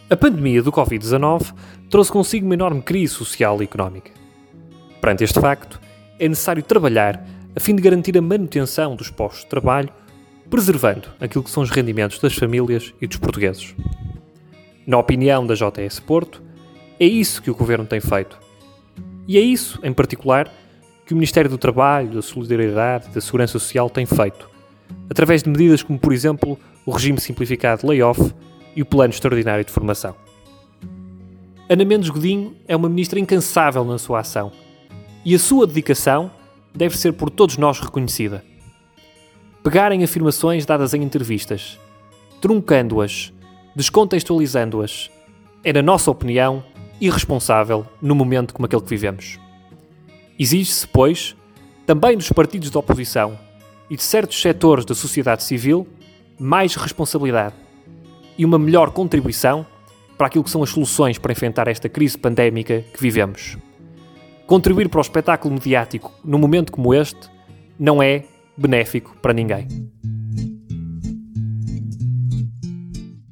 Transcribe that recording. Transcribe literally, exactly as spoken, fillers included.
A pandemia do covid dezanove trouxe consigo uma enorme crise social e económica. Perante este facto, é necessário trabalhar a fim de garantir a manutenção dos postos de trabalho, preservando aquilo que são os rendimentos das famílias e dos portugueses. Na opinião da J S Porto, é isso que o Governo tem feito. E é isso, em particular, que o Ministério do Trabalho, da Solidariedade e da Segurança Social tem feito, através de medidas como, por exemplo, o regime simplificado de layoff e o Plano Extraordinário de Formação. Ana Mendes Godinho é uma ministra incansável na sua ação e a sua dedicação deve ser por todos nós reconhecida. Pegar em afirmações dadas em entrevistas, truncando-as, descontextualizando-as, é, na nossa opinião, irresponsável num momento como aquele que vivemos. Exige-se, pois, também dos partidos de oposição e de certos setores da sociedade civil, mais responsabilidade e uma melhor contribuição para aquilo que são as soluções para enfrentar esta crise pandémica que vivemos. Contribuir para o espetáculo mediático num momento como este não é benéfico para ninguém.